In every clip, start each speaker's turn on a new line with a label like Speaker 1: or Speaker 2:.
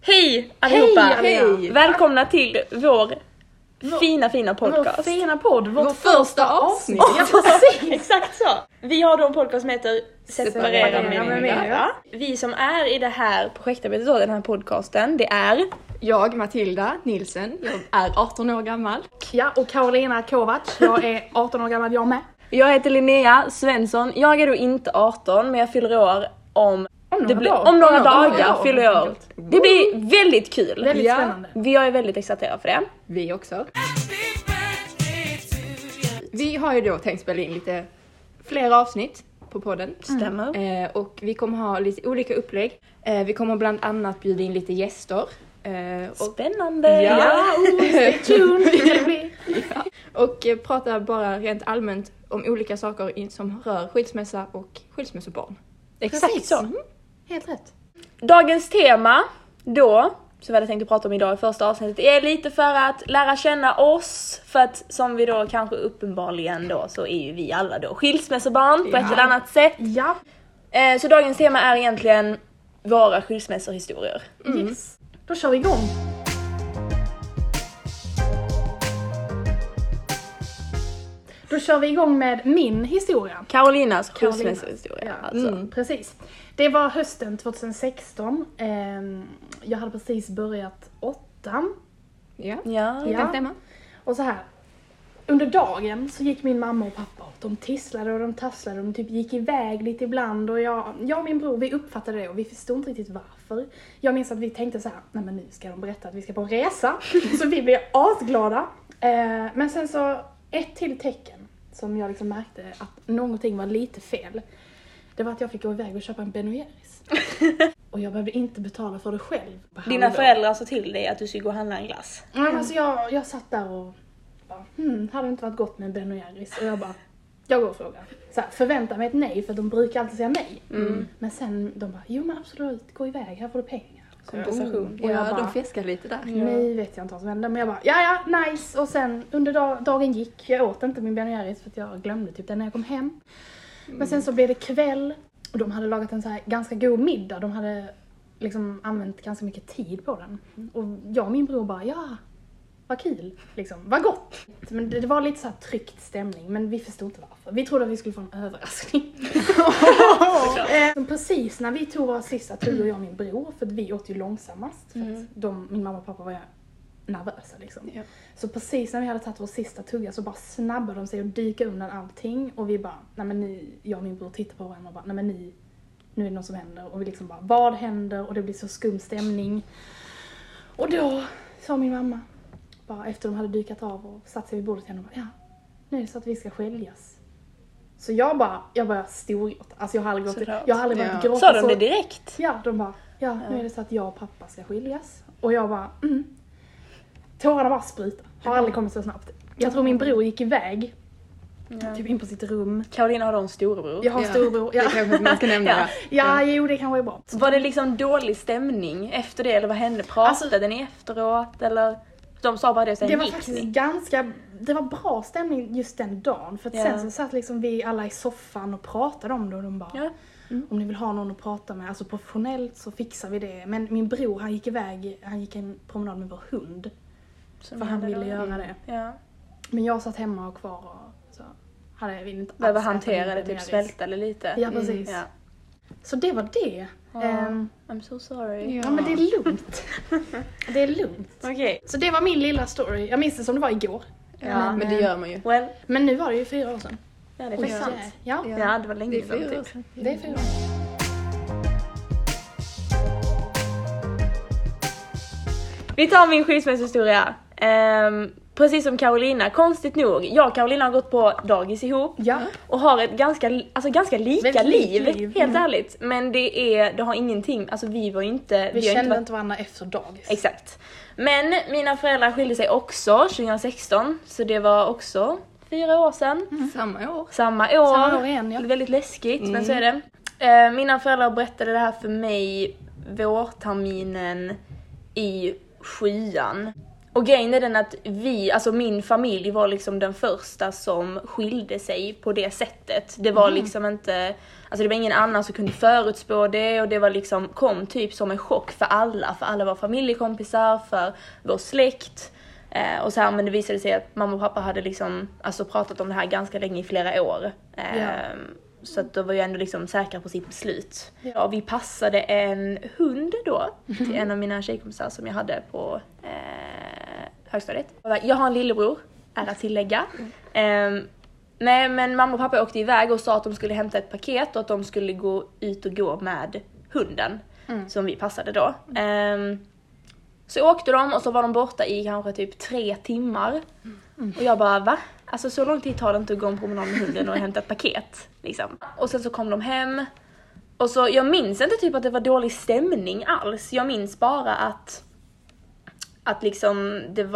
Speaker 1: Hej allihopa!
Speaker 2: Hej!
Speaker 1: Välkomna till vår fina podcast.
Speaker 2: Vår fina podd,
Speaker 3: Vår första avsnitt.
Speaker 2: Ja, precis.
Speaker 1: Exakt så. Vi har då en podcast som heter
Speaker 3: Separera meningar.
Speaker 1: Ja. Vi som är i det här projektarbetet då, den här podcasten, det är
Speaker 3: Jag, Matilda Nilsen, jag är 18 år gammal.
Speaker 2: Ja, och Karolina Kovac, jag är 18 år gammal, jag med.
Speaker 1: Jag heter Linnea Svensson. Jag är då inte 18, men jag fyller år om några dagar fyller jag år. Det blir väldigt kul.
Speaker 2: Väldigt spännande.
Speaker 1: Jag är väldigt exalterad för det.
Speaker 3: Vi också. Vi har ju då tänkt spela in lite fler avsnitt på podden.
Speaker 1: Stämmer.
Speaker 3: Och vi kommer ha lite olika upplägg. Vi kommer bland annat bjuda in lite gäster.
Speaker 1: Spännande!
Speaker 3: Ja.
Speaker 2: Stay tuned.
Speaker 3: Och prata bara rent allmänt om olika saker som rör skilsmässa och skilsmässobarn.
Speaker 1: Exakt
Speaker 2: Precis.
Speaker 1: så.
Speaker 2: Helt rätt.
Speaker 1: Dagens tema då, så vad jag tänkte prata om idag i första avsnittet, är lite för att lära känna oss. För att som vi då kanske uppenbarligen då, så är ju vi alla då skilsmässobarn på ett eller annat sätt.
Speaker 2: Ja.
Speaker 1: Så dagens tema är egentligen våra skilsmässohistorier.
Speaker 2: Yes. Då kör vi igång. Då kör vi igång med min historia.
Speaker 1: Karolinas skilsmässohistoria.
Speaker 2: Ja,
Speaker 1: Alltså.
Speaker 2: precis. Det var hösten 2016. Jag hade precis börjat 8.
Speaker 3: Ja,
Speaker 1: Ja.
Speaker 3: det kan stämma.
Speaker 2: Och så här. Under dagen så gick min mamma och pappa och de tisslade och de tasslade och de typ gick iväg lite ibland. Och jag och min bror, vi uppfattade det och vi förstod inte riktigt varför. Jag minns att vi tänkte så här: nej men nu ska de berätta att vi ska på en resa. Så vi blev asglada. Men sen så, ett till tecken som jag liksom märkte att någonting var lite fel. Det var att jag fick gå iväg och köpa en Ben & Jerrys. Och jag behövde inte betala för det själv.
Speaker 1: Dina föräldrar sa till dig att du skulle gå och handla en glass.
Speaker 2: Alltså jag satt där och bara, hade det inte varit gott med en Ben & Jerrys? Och jag bara, jag går och frågar. Så här, förvänta mig ett nej, för de brukar alltid säga nej. Men sen de bara, jo men absolut, gå iväg, här får du pengar.
Speaker 1: Kompensation.
Speaker 2: Och jag
Speaker 3: Ja,
Speaker 2: bara,
Speaker 3: de fiskar lite där.
Speaker 2: nej vet jag inte vad som hände. Men jag bara, ja, nice. Och sen under dagen gick, jag åt inte min Ben & Jerrys för att jag glömde typ det när jag kom hem. Men sen så blev det kväll och de hade lagat en så här ganska god middag. De hade liksom använt ganska mycket tid på den. Och jag och min bror bara, ja, vad kul, liksom, vad gott. Men det var lite så här tryckt stämning, men vi förstod inte varför. Vi trodde att vi skulle få en överraskning. Precis när vi tog våra sista tuggor, jag och min bror, för att vi åt ju långsammast. För att min mamma och pappa var nervösa liksom. Ja. Så precis när vi hade tagit vår sista tugga så bara snabbade de sig och dyka undan allting. Och vi bara, nej men nu, jag och min bror tittar på varandra och bara, nej men nu är det något som händer. Och vi liksom bara, vad händer? Och det blir så skum stämning. Och då sa min mamma, bara efter de hade dykat av och satt sig vid bordet igen och bara, ja, nu är det så att vi ska skiljas. Så jag bara storgråta. Alltså jag har aldrig börjat gråta.
Speaker 1: Sa de det direkt?
Speaker 2: Ja, de bara, ja, nu är det så att jag och pappa ska skiljas. Och jag bara, tårarna bara sprutar. Har aldrig kommit så snabbt. Jag tror min bror gick iväg. Typ in på sitt rum.
Speaker 1: Karolina har då en storebror.
Speaker 2: Jag har en storebror.
Speaker 3: Det kanske man ska nämna.
Speaker 2: Jo, det kanske är bra.
Speaker 1: Var det liksom dålig stämning efter det, eller vad hände? Pratade ni efteråt, eller? De sa bara det och sen
Speaker 2: det var
Speaker 1: gick
Speaker 2: faktiskt
Speaker 1: ni.
Speaker 2: Det var bra stämning just den dagen. För att sen så satt liksom vi alla i soffan och pratade om det. Och de bara, om ni vill ha någon att prata med, alltså professionellt så fixar vi det. Men min bror, han gick en promenad med vår hund. För han ville göra det.
Speaker 1: Ja.
Speaker 2: Men jag satt hemma och kvar och så vill inte alls
Speaker 1: behöver hantera det, typ smälta det lite.
Speaker 2: Ja, precis.
Speaker 1: Ja.
Speaker 2: Så det var det.
Speaker 1: I'm so sorry.
Speaker 2: Ja, men det är lugnt. Det är lugnt.
Speaker 1: Okej.
Speaker 2: Så det var min lilla story. Jag minns det som det var igår.
Speaker 3: Ja, men det gör man ju.
Speaker 1: Well,
Speaker 2: Men nu var det ju 4 år sedan.
Speaker 1: ja, det är faktiskt sant.
Speaker 2: Ja,
Speaker 1: Ja, det var länge
Speaker 3: Det är
Speaker 1: sedan
Speaker 3: 4 år
Speaker 1: typ.
Speaker 3: sedan.
Speaker 2: det är 4 år sedan.
Speaker 1: Vi tar min skilsmässohistoria. Precis som Karolina, konstigt nog. Jag och Karolina har gått på dagis ihop.
Speaker 2: Ja.
Speaker 1: Och har ett ganska lika
Speaker 2: Väldigt
Speaker 1: liv,
Speaker 2: liv.
Speaker 1: helt ärligt. Men det har ingenting, alltså vi var inte...
Speaker 2: Vi
Speaker 1: har
Speaker 2: kände
Speaker 1: varit-
Speaker 2: inte varandra efter dagis.
Speaker 1: Exakt. Men mina föräldrar skilde sig också 2016, så det var också 4 år sedan.
Speaker 3: Samma år.
Speaker 1: Samma år.
Speaker 2: Samma år igen, ja.
Speaker 1: Väldigt läskigt, men så är det. Mina föräldrar berättade det här för mig vårterminen i 7:an. Och grejen är den att alltså min familj var liksom den första som skilde sig på det sättet. Det var liksom inte, alltså det var ingen annan som kunde förutspå det, och det var liksom, kom typ som en chock för alla var familjekompisar, för vår släkt. Och så här, men det visade sig att mamma och pappa hade liksom, alltså pratat om det här ganska länge, i flera år. Så att då var jag ändå liksom säker på sitt beslut. Ja, vi passade en hund då till en av mina tjejkompisar som jag hade på högstadiet. Jag har en lillebror, är att tillägga. Nej, men mamma och pappa åkte iväg och sa att de skulle hämta ett paket och att de skulle gå ut och gå med hunden som vi passade då. Så åkte de och så var de borta i kanske typ 3 timmar. Och jag bara, va? Alltså så lång tid tar det inte att gå en promenad med hunden och hämta ett paket. Liksom. Och sen så kom de hem. Och så, jag minns inte typ att det var dålig stämning alls. Jag minns bara att liksom det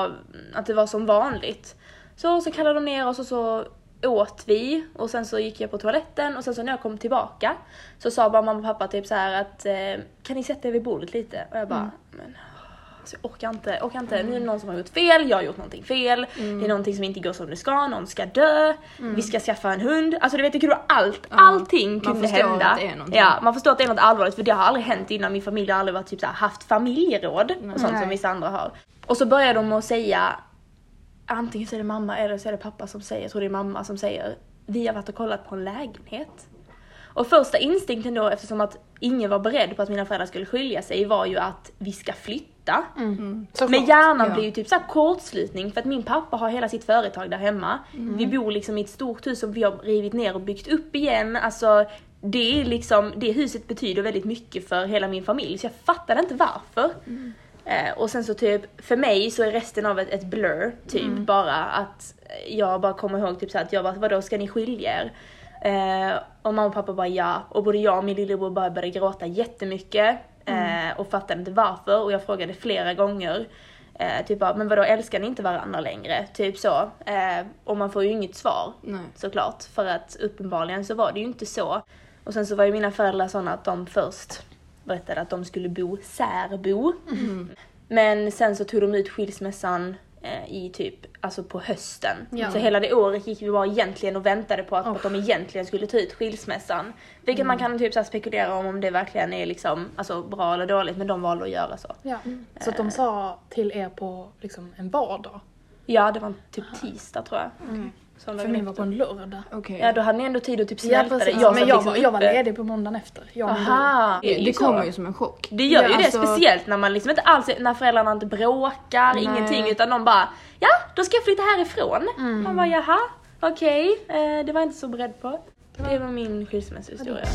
Speaker 1: var som vanligt. Så kallade de ner oss och så åt vi. Och sen så gick jag på toaletten. Och sen så när jag kom tillbaka så sa bara mamma och pappa typ så här att kan ni sätta er vid bordet lite? Och jag bara, men... Så jag orkar inte. Nu är det någon som har gjort fel, jag har gjort någonting fel. Det är någonting som inte går som det ska, någon ska dö. Vi ska skaffa en hund. Alltså du vet, allting kunde hända. Ja, man förstår att det är något allvarligt, för det har aldrig hänt innan. Min familj har aldrig varit typ så här, haft familjeråd och sånt som vissa andra har. Och så börjar de att säga, antingen så är det mamma eller så är det pappa som säger, jag tror det är mamma som säger, vi har varit och kollat på en lägenhet. Och första instinkten då, eftersom att ingen var beredd på att mina föräldrar skulle skilja sig, var ju att vi ska flytta. Men hjärnan blir ju typ så här kortslutning, för att min pappa har hela sitt företag där hemma. Vi bor liksom i ett stort hus som vi har rivit ner och byggt upp igen. Alltså det är liksom, det huset betyder väldigt mycket för hela min familj, så jag fattade inte varför. Och sen så typ, för mig så är resten av ett blur typ, bara att jag bara kommer ihåg typ så att jag bara, vadå, ska ni skilja er? Och mamma och pappa bara ja, och både jag och min lillebror bara började gråta jättemycket. Och fattade inte varför, och jag frågade flera gånger typ bara, men vadå, älskar ni inte varandra längre? Typ så. Och man får ju inget svar. Såklart, för att uppenbarligen så var det ju inte så. Och sen så var ju mina föräldrar sådana att de först berättade att de skulle särbo. Men sen så tog de ut skilsmässan i typ, alltså på hösten. Så hela det året gick vi bara egentligen och väntade på att de egentligen skulle ta ut skilsmässan. Vilket man kan typ så här spekulera om det verkligen är liksom, alltså bra eller dåligt, men de valde att göra så.
Speaker 2: Så att de sa till er på liksom en vardag?
Speaker 1: Ja, det var typ tisdag tror jag.
Speaker 2: För mig var på en lördag.
Speaker 1: Ja, då hade ni ändå tid att typ smälta det.
Speaker 2: Jag var ledig på måndagen efter.
Speaker 3: Det kommer ju som en chock.
Speaker 1: Det gör ju det, speciellt när man liksom inte alls, när föräldrarna inte bråkar, ingenting, utan de bara, ja, då ska jag flytta härifrån. Man bara, jaha, okej, det var jag inte så beredd på. Det var min skilsmässohistoria.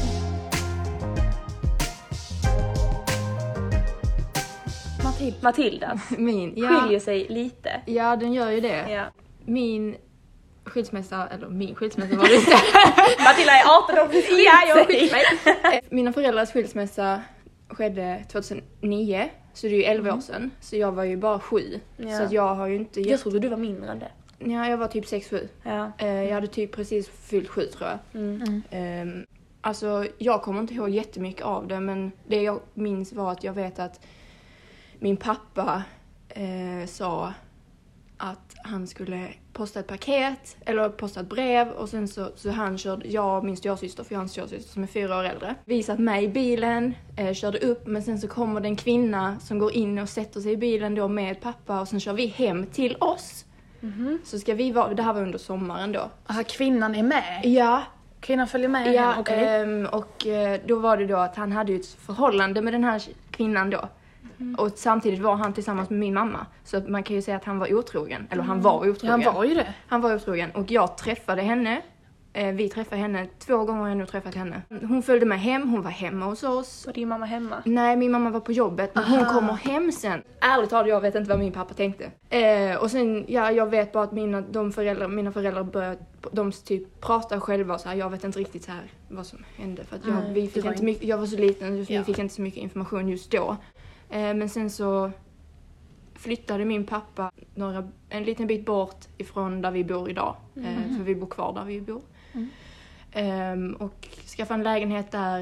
Speaker 1: Matilda skiljer sig lite.
Speaker 3: Ja, den gör ju det.
Speaker 1: Ja.
Speaker 3: Min skilsmässa var det inte.
Speaker 1: Matilda är 18 år precis.
Speaker 3: Ja, jag skilt mig. Mina föräldrars skilsmässa skedde 2009, så det är ju 11 år sedan. Så jag var ju bara 7.
Speaker 1: Ja.
Speaker 3: Så att jag har ju inte...
Speaker 1: Jag trodde du var mindre än det.
Speaker 3: Ja, jag var typ 6-7.
Speaker 1: Ja.
Speaker 3: Jag hade typ precis fyllt 7 tror jag. Alltså, jag kommer inte ihåg jättemycket av det, men det jag minns var att jag vet att min pappa sa att han skulle posta ett paket eller posta ett brev, och sen så han körde, jag och min storsyster, för jag har en storsyster som är 4 år äldre, vi satt med i bilen, körde upp, men sen så kommer det en kvinna som går in och sätter sig i bilen då med pappa, och sen kör vi hem till oss. Så ska vi vara, det här var under sommaren då.
Speaker 2: Aha, kvinnan är med?
Speaker 3: Ja.
Speaker 2: Kvinnan följer med?
Speaker 3: Ja,
Speaker 2: okay.
Speaker 3: Och då var det då att han hade ett förhållande med den här kvinnan då. Och samtidigt var han tillsammans med min mamma. Så att man kan ju säga att han var otrogen. Eller han var otrogen.
Speaker 2: Ja, han var ju det.
Speaker 3: Han var otrogen. Och jag träffade henne. Vi träffade henne 2 gånger, har jag nu träffat henne. Hon följde med hem, hon var hemma hos oss.
Speaker 1: Var din mamma hemma?
Speaker 3: Nej, min mamma var på jobbet. Men hon kommer hem sen. Ärligt talat, jag vet inte vad min pappa tänkte. Och sen, ja, jag vet bara att mina föräldrar började, de typ pratar själva så här. Jag vet inte riktigt så här vad som hände. För att jag var så liten, så vi fick inte så mycket information just då. Men sen så flyttade min pappa en liten bit bort ifrån där vi bor idag. För vi bor kvar där vi bor. Och skaffade en lägenhet där.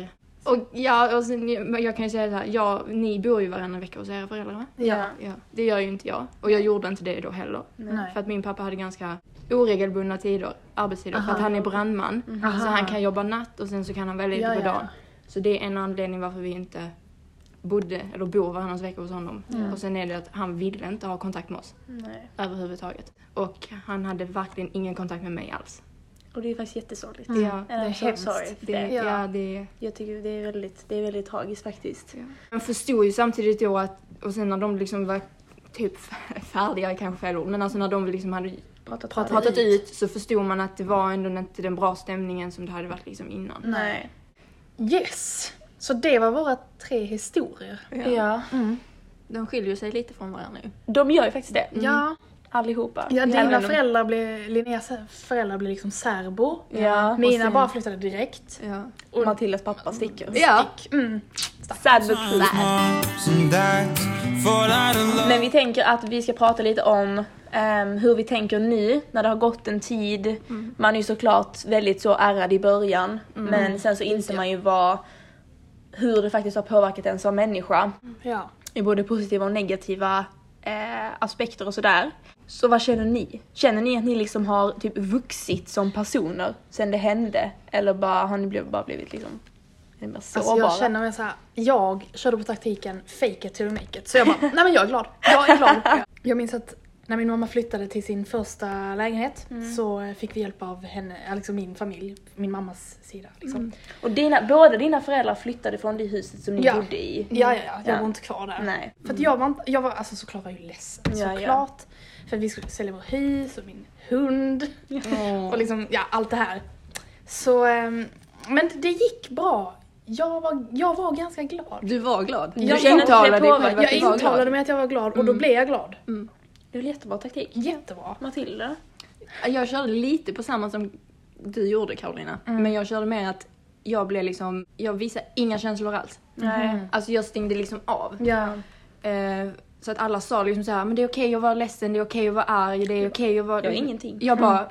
Speaker 3: Och sen, jag kan ju säga så här, ni bor ju varannan vecka hos era föräldrar, va?
Speaker 1: Ja.
Speaker 3: Ja, det gör ju inte jag. Och jag gjorde inte det då heller.
Speaker 2: Nej.
Speaker 3: För att min pappa hade ganska oregelbundna arbetstider. För att han är brandman. Så han kan jobba natt och sen så kan han välja lite på dagen. Så det är en anledning varför vi inte bor varannans vecka hos honom. Och sen är det att han ville inte ha kontakt med oss.
Speaker 1: Nej.
Speaker 3: Överhuvudtaget. Och han hade verkligen ingen kontakt med mig alls.
Speaker 1: Och det är faktiskt jättesorgligt.
Speaker 3: Ja,
Speaker 1: det är
Speaker 2: hemskt.
Speaker 1: Jag tycker det är väldigt tragiskt faktiskt.
Speaker 3: Ja. Man förstod ju samtidigt då att, och sen när de liksom var typ färdiga, kanske fel ord, men alltså när de liksom hade pratat ut så förstod man att det var ändå inte den bra stämningen som det hade varit liksom innan.
Speaker 1: Nej.
Speaker 2: Yes! Så det var våra 3 historier.
Speaker 1: Ja.
Speaker 3: De skiljer sig lite från varandra ju.
Speaker 1: De gör ju faktiskt det.
Speaker 2: Ja.
Speaker 1: Allihopa.
Speaker 2: Ja, Linneas föräldrar blev liksom särbo.
Speaker 1: Ja.
Speaker 2: Mina bara flyttade direkt.
Speaker 3: Ja.
Speaker 1: Och Matildas pappa sticker.
Speaker 3: Ja.
Speaker 1: Sad but sad. Men vi tänker att vi ska prata lite om hur vi tänker nu när det har gått en tid. Man är ju såklart väldigt så ärrad i början. Men sen så inser man ju hur det faktiskt har påverkat en som människa.
Speaker 2: Ja.
Speaker 1: I både positiva och negativa aspekter och sådär. Så vad känner ni? Känner ni att ni liksom har typ vuxit som personer sen det hände? Eller har ni bara blivit liksom
Speaker 2: Alltså jag känner mig så här, jag körde på taktiken fake it till make it. Så jag bara, nej men jag är glad. Jag är glad. Jag minns att när min mamma flyttade till sin första lägenhet så fick vi hjälp av henne, liksom min familj, min mammas sida liksom.
Speaker 1: Och båda dina föräldrar flyttade från det huset som ni bodde i?
Speaker 2: Ja, jag var inte kvar där.
Speaker 1: Nej.
Speaker 2: För att jag var alltså såklart var ju ledsen, såklart. För att vi skulle sälja vår hus och min hund och liksom, allt det här. Så, men det gick bra. Jag var ganska glad.
Speaker 3: Du var glad?
Speaker 1: Jag intalade
Speaker 2: mig att jag var glad och då blev jag glad.
Speaker 1: Det är väl jättebra taktik.
Speaker 2: Jättebra.
Speaker 1: Matilda?
Speaker 3: Jag körde lite på samma som du gjorde, Karolina. Men jag körde med att jag visade inga känslor alls. Alltså jag stängde liksom av.
Speaker 2: Ja.
Speaker 3: Så att alla sa liksom så här, men det är okej att vara ledsen, det är okej att vara arg, det är okej att vara...
Speaker 1: Jag var ingenting.
Speaker 3: Jag bara,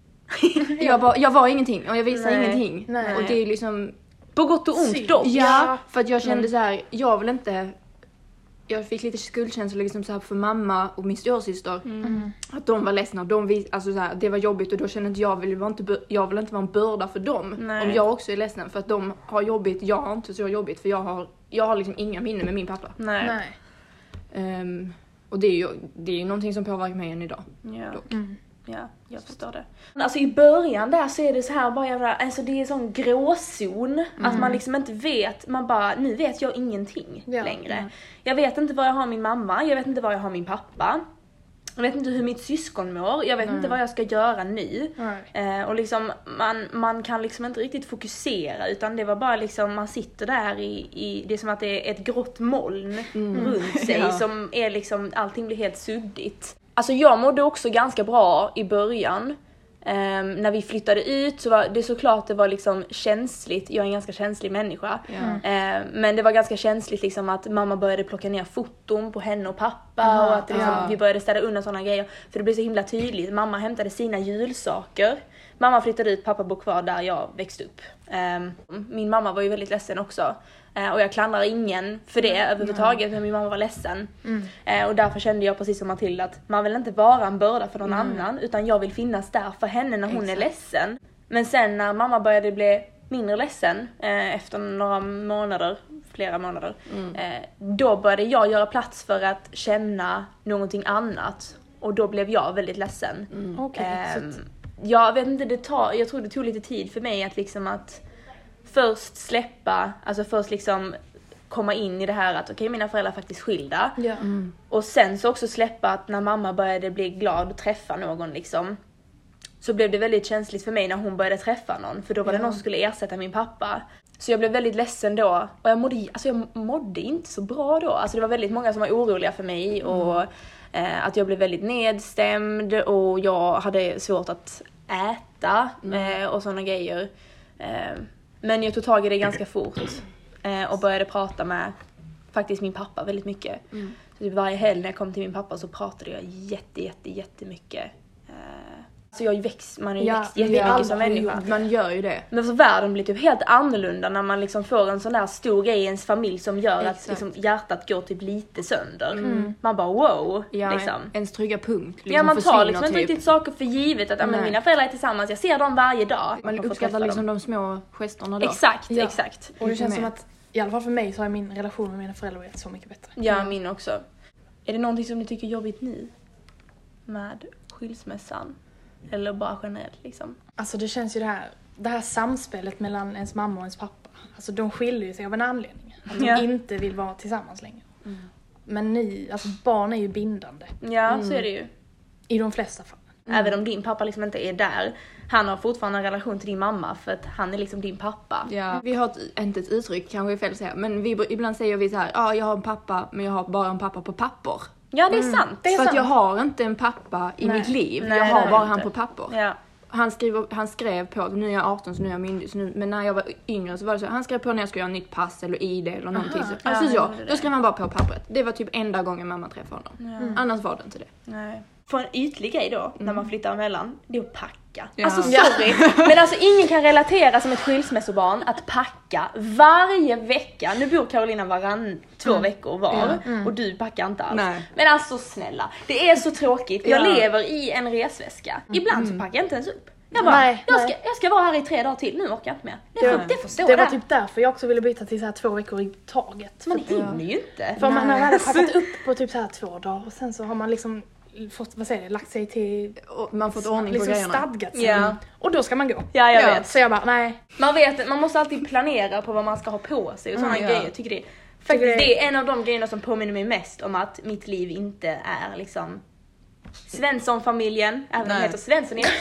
Speaker 3: jag var ingenting och jag visade ingenting.
Speaker 2: Nej.
Speaker 3: Och det är liksom...
Speaker 1: På gott och ont då?
Speaker 3: Ja, för att jag kände så här, jag vill inte... Jag fick lite skuldkänsla liksom så här för mamma och min storasyster. Att de var ledsna. Alltså så här, det var jobbigt och då kände inte jag vill inte vara en börda för dem.
Speaker 1: Nej.
Speaker 3: Om jag också är ledsen för att de har jobbigt. Jag har inte så jobbigt för jag har liksom inga minnen med min pappa.
Speaker 1: Nej.
Speaker 3: Och det är ju någonting som påverkar mig än idag.
Speaker 1: Ja.
Speaker 3: Dock.
Speaker 1: Ja, jag förstår det. Alltså i början där så är det så här bara alltså det är en sån gråzon att man liksom inte vet, man bara, nu vet jag ingenting längre. Jag vet inte var jag har min mamma, jag vet inte var jag har min pappa. Jag vet inte hur mitt syskon mår, jag vet inte vad jag ska göra nu. Och liksom man kan liksom inte riktigt fokusera utan det var bara liksom man sitter där i det är som att det är ett grått moln runt sig som är liksom, allting blir helt suddigt. Alltså jag mådde också ganska bra i början. När vi flyttade ut så var det såklart det var liksom känsligt. Jag är en ganska känslig människa. Men det var ganska känsligt liksom att mamma började plocka ner foton på henne och pappa. Och att liksom, vi började ställa undan sådana grejer. För det blev så himla tydligt. Mamma hämtade sina julsaker. Mamma flyttade ut, pappa bor kvar där jag växte upp. Min mamma var ju väldigt ledsen också. Och jag klandrar ingen för det överhuvudtaget, men min mamma var ledsen. Och därför kände jag precis som Matilda att man vill inte vara en börda för någon annan, utan jag vill finnas där för henne när hon är ledsen. Men sen när mamma började bli mindre ledsen, efter flera månader, då började jag göra plats för att känna någonting annat. Och då blev jag väldigt ledsen. Jag vet inte, jag tror det tog lite tid för mig att liksom att först släppa, alltså först liksom komma in i det här att okej, mina föräldrar är faktiskt skilda. Och sen så också släppa att när mamma började bli glad och träffa någon liksom, så blev det väldigt känsligt för mig när hon började träffa någon, för då var det någon som skulle ersätta min pappa. Så jag blev väldigt ledsen då, och jag mådde inte så bra då. Alltså det var väldigt många som var oroliga för mig och att jag blev väldigt nedstämd och jag hade svårt att äta och sådana grejer. Men jag tog tag i det ganska fort och började prata med faktiskt min pappa väldigt mycket. Så typ varje helg när jag kom till min pappa så pratade jag jättemycket. Så jag man är ju växt jättemycket som människa.
Speaker 3: Man gör ju det.
Speaker 1: Men för världen blir typ helt annorlunda när man liksom får en sån där stor grej i ens familj som gör att liksom hjärtat går typ lite sönder. Man bara wow, liksom.
Speaker 3: Ens trygga punkt.
Speaker 1: Liksom, ja, man tar liksom inte riktigt saker för givet att mina föräldrar är tillsammans, jag ser dem varje dag.
Speaker 3: Man uppskattar liksom de små gesterna då.
Speaker 1: Exakt.
Speaker 2: Och det känns som att, i alla fall för mig, så har min relation med mina föräldrar varit så mycket bättre.
Speaker 1: Ja, min också. Är det någonting som ni tycker är jobbigt nu? Med skilsmässan? Eller bara generellt liksom?
Speaker 2: Alltså det känns ju det här samspelet mellan ens mamma och ens pappa. Alltså de skiljer sig av en anledning. Att de inte vill vara tillsammans längre. Men barn är ju bindande.
Speaker 1: Ja, så är det ju.
Speaker 2: I de flesta fall.
Speaker 1: Även om din pappa liksom inte är där. Han har fortfarande en relation till din mamma för att han är liksom din pappa.
Speaker 3: Ja, vi har inte ett uttryck, kanske är fel att säga. Men ibland säger vi så här, jag har en pappa men jag har bara en pappa på papper.
Speaker 1: Ja, det är sant.
Speaker 2: Det är
Speaker 3: för
Speaker 2: sant.
Speaker 3: att jag har inte en pappa i mitt liv.
Speaker 1: Nej,
Speaker 3: jag har bara
Speaker 1: inte.
Speaker 3: han på papper.
Speaker 1: Ja.
Speaker 3: Han skrev på, nu är jag 18 så nu är jag myndig, men när jag var yngre så var det så, han skrev på när jag skulle göra nytt pass eller ID eller någonting. Då skrev han bara på pappret. Det var typ enda gången mamma träffade honom. Annars var det inte det.
Speaker 1: Nej. För en ytlig grej då, när man flyttar emellan, det är att packa.
Speaker 3: Ja.
Speaker 1: Alltså sorry, men alltså ingen kan relatera som ett skilsmässobarn att packa varje vecka. Nu bor Carolina 2 veckor var och du packar inte alls.
Speaker 3: Nej.
Speaker 1: Men alltså snälla, det är så tråkigt. Jag lever i en resväska. Ibland så packar jag inte ens upp. Jag bara, jag ska vara här i 3 dagar till, nu orkar jag inte mer. Det får stå
Speaker 2: det
Speaker 1: där.
Speaker 2: var typ därför jag också ville byta till så här 2 veckor i taget.
Speaker 1: Man hinner ju inte.
Speaker 2: För man har väl packat upp på typ så här 2 dagar och sen så har man liksom fått, lagt sig till,
Speaker 3: man fått ordning
Speaker 2: liksom
Speaker 3: på grejerna.
Speaker 2: stadgat sig.
Speaker 1: Ja.
Speaker 2: Och då ska man gå.
Speaker 1: Ja, jag vet.
Speaker 2: Så jag bara, nej.
Speaker 1: Man måste alltid planera på vad man ska ha på sig och sådana grejer, tycker det. Faktiskt, det är en av de grejerna som påminner mig mest om att mitt liv inte är liksom Svensson-familjen, även om det heter Svensson igen.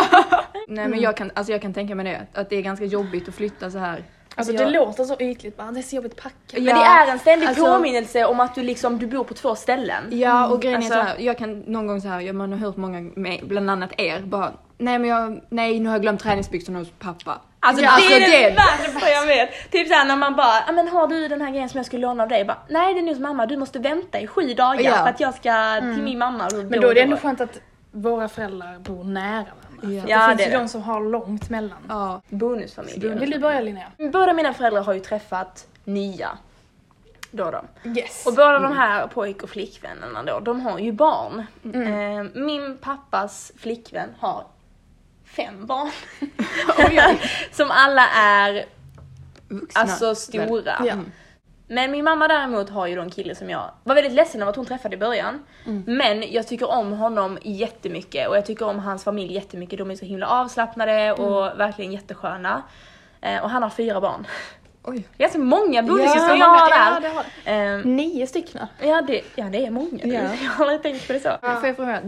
Speaker 3: Nej, men jag kan tänka mig det, att det är ganska jobbigt att flytta så här.
Speaker 2: Alltså det låter så ytligt, bara det är så jobbigt att packa.
Speaker 1: Men det är en ständig påminnelse om att du bor på 2 ställen.
Speaker 3: Ja, och grejen är så här, jag kan någon gång så här, man har hört många, bland annat bara, nej nu har jag glömt träningsbyxorna hos pappa.
Speaker 1: Alltså, det är det värsta jag vet. Typ såhär när man bara, men har du den här grejen som jag skulle låna av dig? Bara, nej, det är nu hos mamma, du måste vänta i 7 dagar för att jag ska till min mamma.
Speaker 2: Men då är det ändå skönt att våra föräldrar bor nära varandra.
Speaker 1: Ja,
Speaker 2: det finns ju de som har långt mellan.
Speaker 3: Ja,
Speaker 1: bonusfamiljer.
Speaker 2: Vill du börja, Linnea?
Speaker 1: Båda mina föräldrar har ju träffat nya.
Speaker 2: Yes.
Speaker 1: Och båda de här pojk- och flickvännerna då, de har ju barn. Min pappas flickvän har 5 barn. Som alla är vuxna, alltså stora.
Speaker 2: Ja.
Speaker 1: Men min mamma däremot har ju då en kille som jag var väldigt ledsen av att hon träffade i början. Men jag tycker om honom jättemycket och jag tycker om hans familj jättemycket. De är så himla avslappnade och verkligen jättesköna. Och han har 4 barn.
Speaker 3: Oj.
Speaker 1: Det är så många bonusar som jag har där.
Speaker 2: 9 stycken.
Speaker 1: Ja, det är många. Ja. Jag har aldrig tänkt på det så.
Speaker 3: Får jag fråga,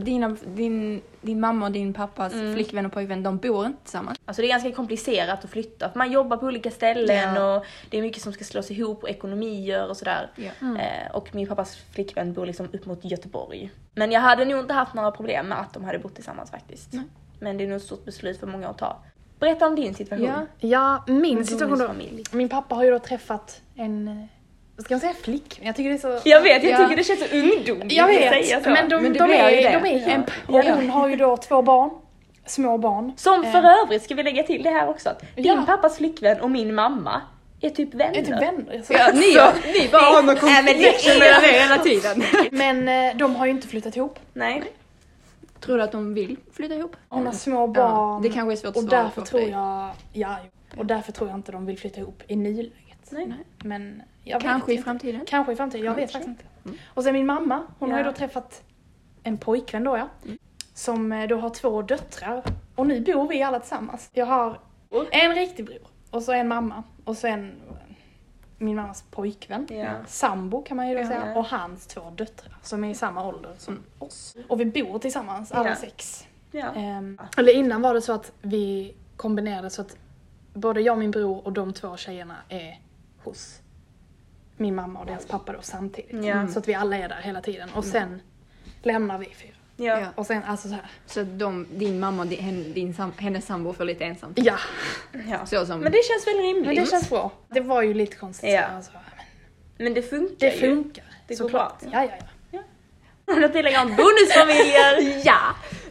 Speaker 3: din mamma och din pappas flickvän och pojkvän, de bor inte tillsammans?
Speaker 1: Alltså det är ganska komplicerat att flytta. För man jobbar på olika ställen och det är mycket som ska slås ihop och ekonomier och sådär. Och min pappas flickvän bor liksom upp mot Göteborg. Men jag hade nog inte haft några problem med att de hade bott tillsammans faktiskt. Men det är nog ett stort beslut för många att ta. Berätta om din situation.
Speaker 2: Ja, min situation då. Min pappa har ju då träffat en, vad ska man säga, flickvän. Jag tycker det är så...
Speaker 1: Jag tycker det känns så ungdomligt.
Speaker 2: Jag vet, men de är
Speaker 1: kämpa.
Speaker 2: Och hon har ju då 2 barn, små barn.
Speaker 1: Som för övrigt ska vi lägga till det här också. Att din pappas flickvän och min mamma är typ vänner.
Speaker 2: Ja,
Speaker 3: ni bara har någon connection med det hela tiden.
Speaker 2: Men de har ju inte flyttat ihop.
Speaker 1: Nej.
Speaker 3: Tror du att de vill flytta ihop?
Speaker 2: Hon har små barn.
Speaker 3: Det kanske är svårt att
Speaker 2: och
Speaker 3: svara
Speaker 2: därför
Speaker 3: på
Speaker 2: tror jag, och därför tror jag inte de vill flytta ihop i nuläget.
Speaker 1: Nej.
Speaker 2: Men jag
Speaker 3: kanske
Speaker 2: vet
Speaker 3: i framtiden.
Speaker 2: Kanske i framtiden, jag vet faktiskt inte. Och sen min mamma, hon har ju då träffat en pojkvän då som då har 2 döttrar. Och nu bor vi alla tillsammans. Jag har en riktig bror och så en mamma och så en min mammas pojkvän, sambo kan man ju då säga, och hans 2 döttrar som är i samma ålder som oss. Och vi bor tillsammans, alla 6.
Speaker 1: Ja.
Speaker 2: Eller innan var det så att vi kombinerade så att både jag och min bror och de 2 tjejerna är hos min mamma och deras pappa då samtidigt. Så att vi alla är där hela tiden. Och sen lämnar vi 4.
Speaker 1: Ja.
Speaker 2: Och sen alltså så här.
Speaker 3: Så din mamma och hennes sambo får lite ensamt.
Speaker 2: Ja.
Speaker 3: Så som...
Speaker 1: Men det känns väl rimligt.
Speaker 2: Men det känns bra. Det var ju lite konstigt.
Speaker 1: Ja.
Speaker 2: Alltså,
Speaker 1: men det funkar
Speaker 2: det funkar.
Speaker 1: Det går bra.
Speaker 2: Ja.
Speaker 1: Om du tillägger om bonusfamiljer.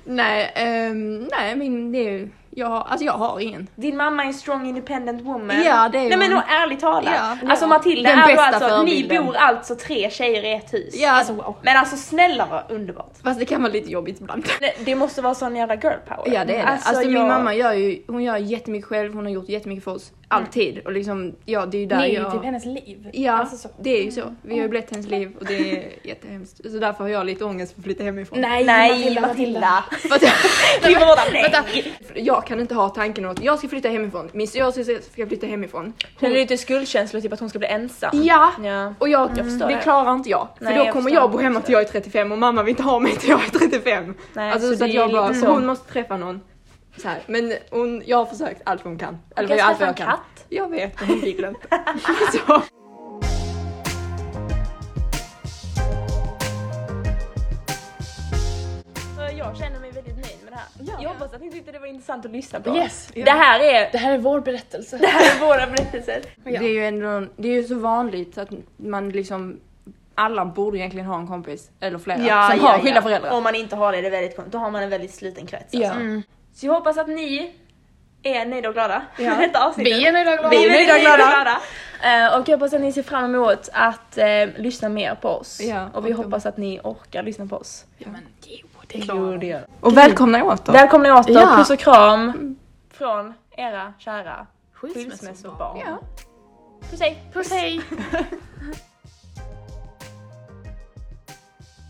Speaker 3: Nej, men det är ju... Jag har ingen.
Speaker 1: Din mamma är en strong independent woman.
Speaker 3: Ja, det är
Speaker 1: Nej men
Speaker 3: hon.
Speaker 1: då ärligt talat.
Speaker 3: Ja.
Speaker 1: Alltså Matilda
Speaker 3: Den
Speaker 1: är då
Speaker 3: bästa
Speaker 1: alltså, ni
Speaker 3: förebilden.
Speaker 1: bor alltså 3 tjejer i ett hus.
Speaker 3: Ja,
Speaker 2: Alltså wow.
Speaker 1: Men alltså snälla vad underbart.
Speaker 3: Fast det kan vara lite jobbigt ibland.
Speaker 1: Det måste vara sån jävla girl power.
Speaker 3: Ja, det är det. Alltså min
Speaker 1: jag-
Speaker 3: mamma gör jättemycket själv, hon har gjort jättemycket för oss. Alltid. Och liksom, ja det är ju där
Speaker 2: Ni är ju
Speaker 3: jag...
Speaker 2: typ hennes liv.
Speaker 3: Ja,
Speaker 2: Alltså så.
Speaker 3: det är ju så. Vi har ju blivit hennes liv och det är jättehemskt. Så därför har jag lite ångest för att flytta hemifrån.
Speaker 1: Nej Matilda.
Speaker 3: För att,
Speaker 1: Vi båda nej.
Speaker 3: vänta, jag kan inte ha tanken att jag ska flytta hemifrån. Min syster ska flytta hemifrån.
Speaker 1: Känner du lite skuldkänslor typ att hon ska bli ensam?
Speaker 3: Ja,
Speaker 1: Ja.
Speaker 3: och jag
Speaker 1: förstår
Speaker 3: det
Speaker 1: det.
Speaker 3: klarar inte jag. För
Speaker 1: Nej,
Speaker 3: då
Speaker 1: jag
Speaker 3: kommer
Speaker 1: förstår
Speaker 3: jag bo hemma
Speaker 1: också.
Speaker 3: till jag är 35 och mamma vill inte ha mig till jag är 35.
Speaker 1: Nej,
Speaker 3: Alltså
Speaker 1: så
Speaker 3: så att
Speaker 1: det
Speaker 3: jag
Speaker 1: är
Speaker 3: bara,
Speaker 1: lite så.
Speaker 3: hon måste träffa någon. Så här. Men jag har försökt allt vad hon kan. Eller
Speaker 1: kan
Speaker 3: allt
Speaker 1: skaffa
Speaker 3: vad
Speaker 1: en
Speaker 3: jag kan.
Speaker 1: katt.
Speaker 3: Jag vet, men hon vill inte. Så.
Speaker 1: Så jag känner mig väldigt nöjd med det här.
Speaker 2: Ja.
Speaker 1: Jag hoppas att ni tyckte det var intressant att lyssna på.
Speaker 2: Yes.
Speaker 1: Det här
Speaker 2: Det är vår berättelse.
Speaker 1: är våra berättelser.
Speaker 2: Ja.
Speaker 3: Det är ju ändå, det är ju så vanligt att man liksom, alla borde egentligen ha en kompis eller flera som har skilda föräldrar.
Speaker 1: Om man inte har det, det är väldigt skönt. Då har man en väldigt sluten krets.
Speaker 3: Ja.
Speaker 1: Alltså. Så jag hoppas att ni är nöjda och glada
Speaker 3: Ja.
Speaker 1: med detta avsnittet.
Speaker 2: Vi är nöjda och glada.
Speaker 1: Vi är nöjda och glada.
Speaker 3: glada.
Speaker 1: Och jag hoppas att ni ser fram emot att lyssna mer på oss.
Speaker 3: Ja,
Speaker 1: och vi
Speaker 3: och
Speaker 1: hoppas att ni orkar lyssna på oss.
Speaker 2: Ja, men jo, det klarar vi.
Speaker 3: Och välkomna åter.
Speaker 1: Välkomna åter,
Speaker 3: Ja.
Speaker 1: puss och kram från era kära
Speaker 2: Skilsmässobarn.
Speaker 1: skilsmässobarn.
Speaker 3: Ja.
Speaker 1: Puss hej!
Speaker 2: Puss hej!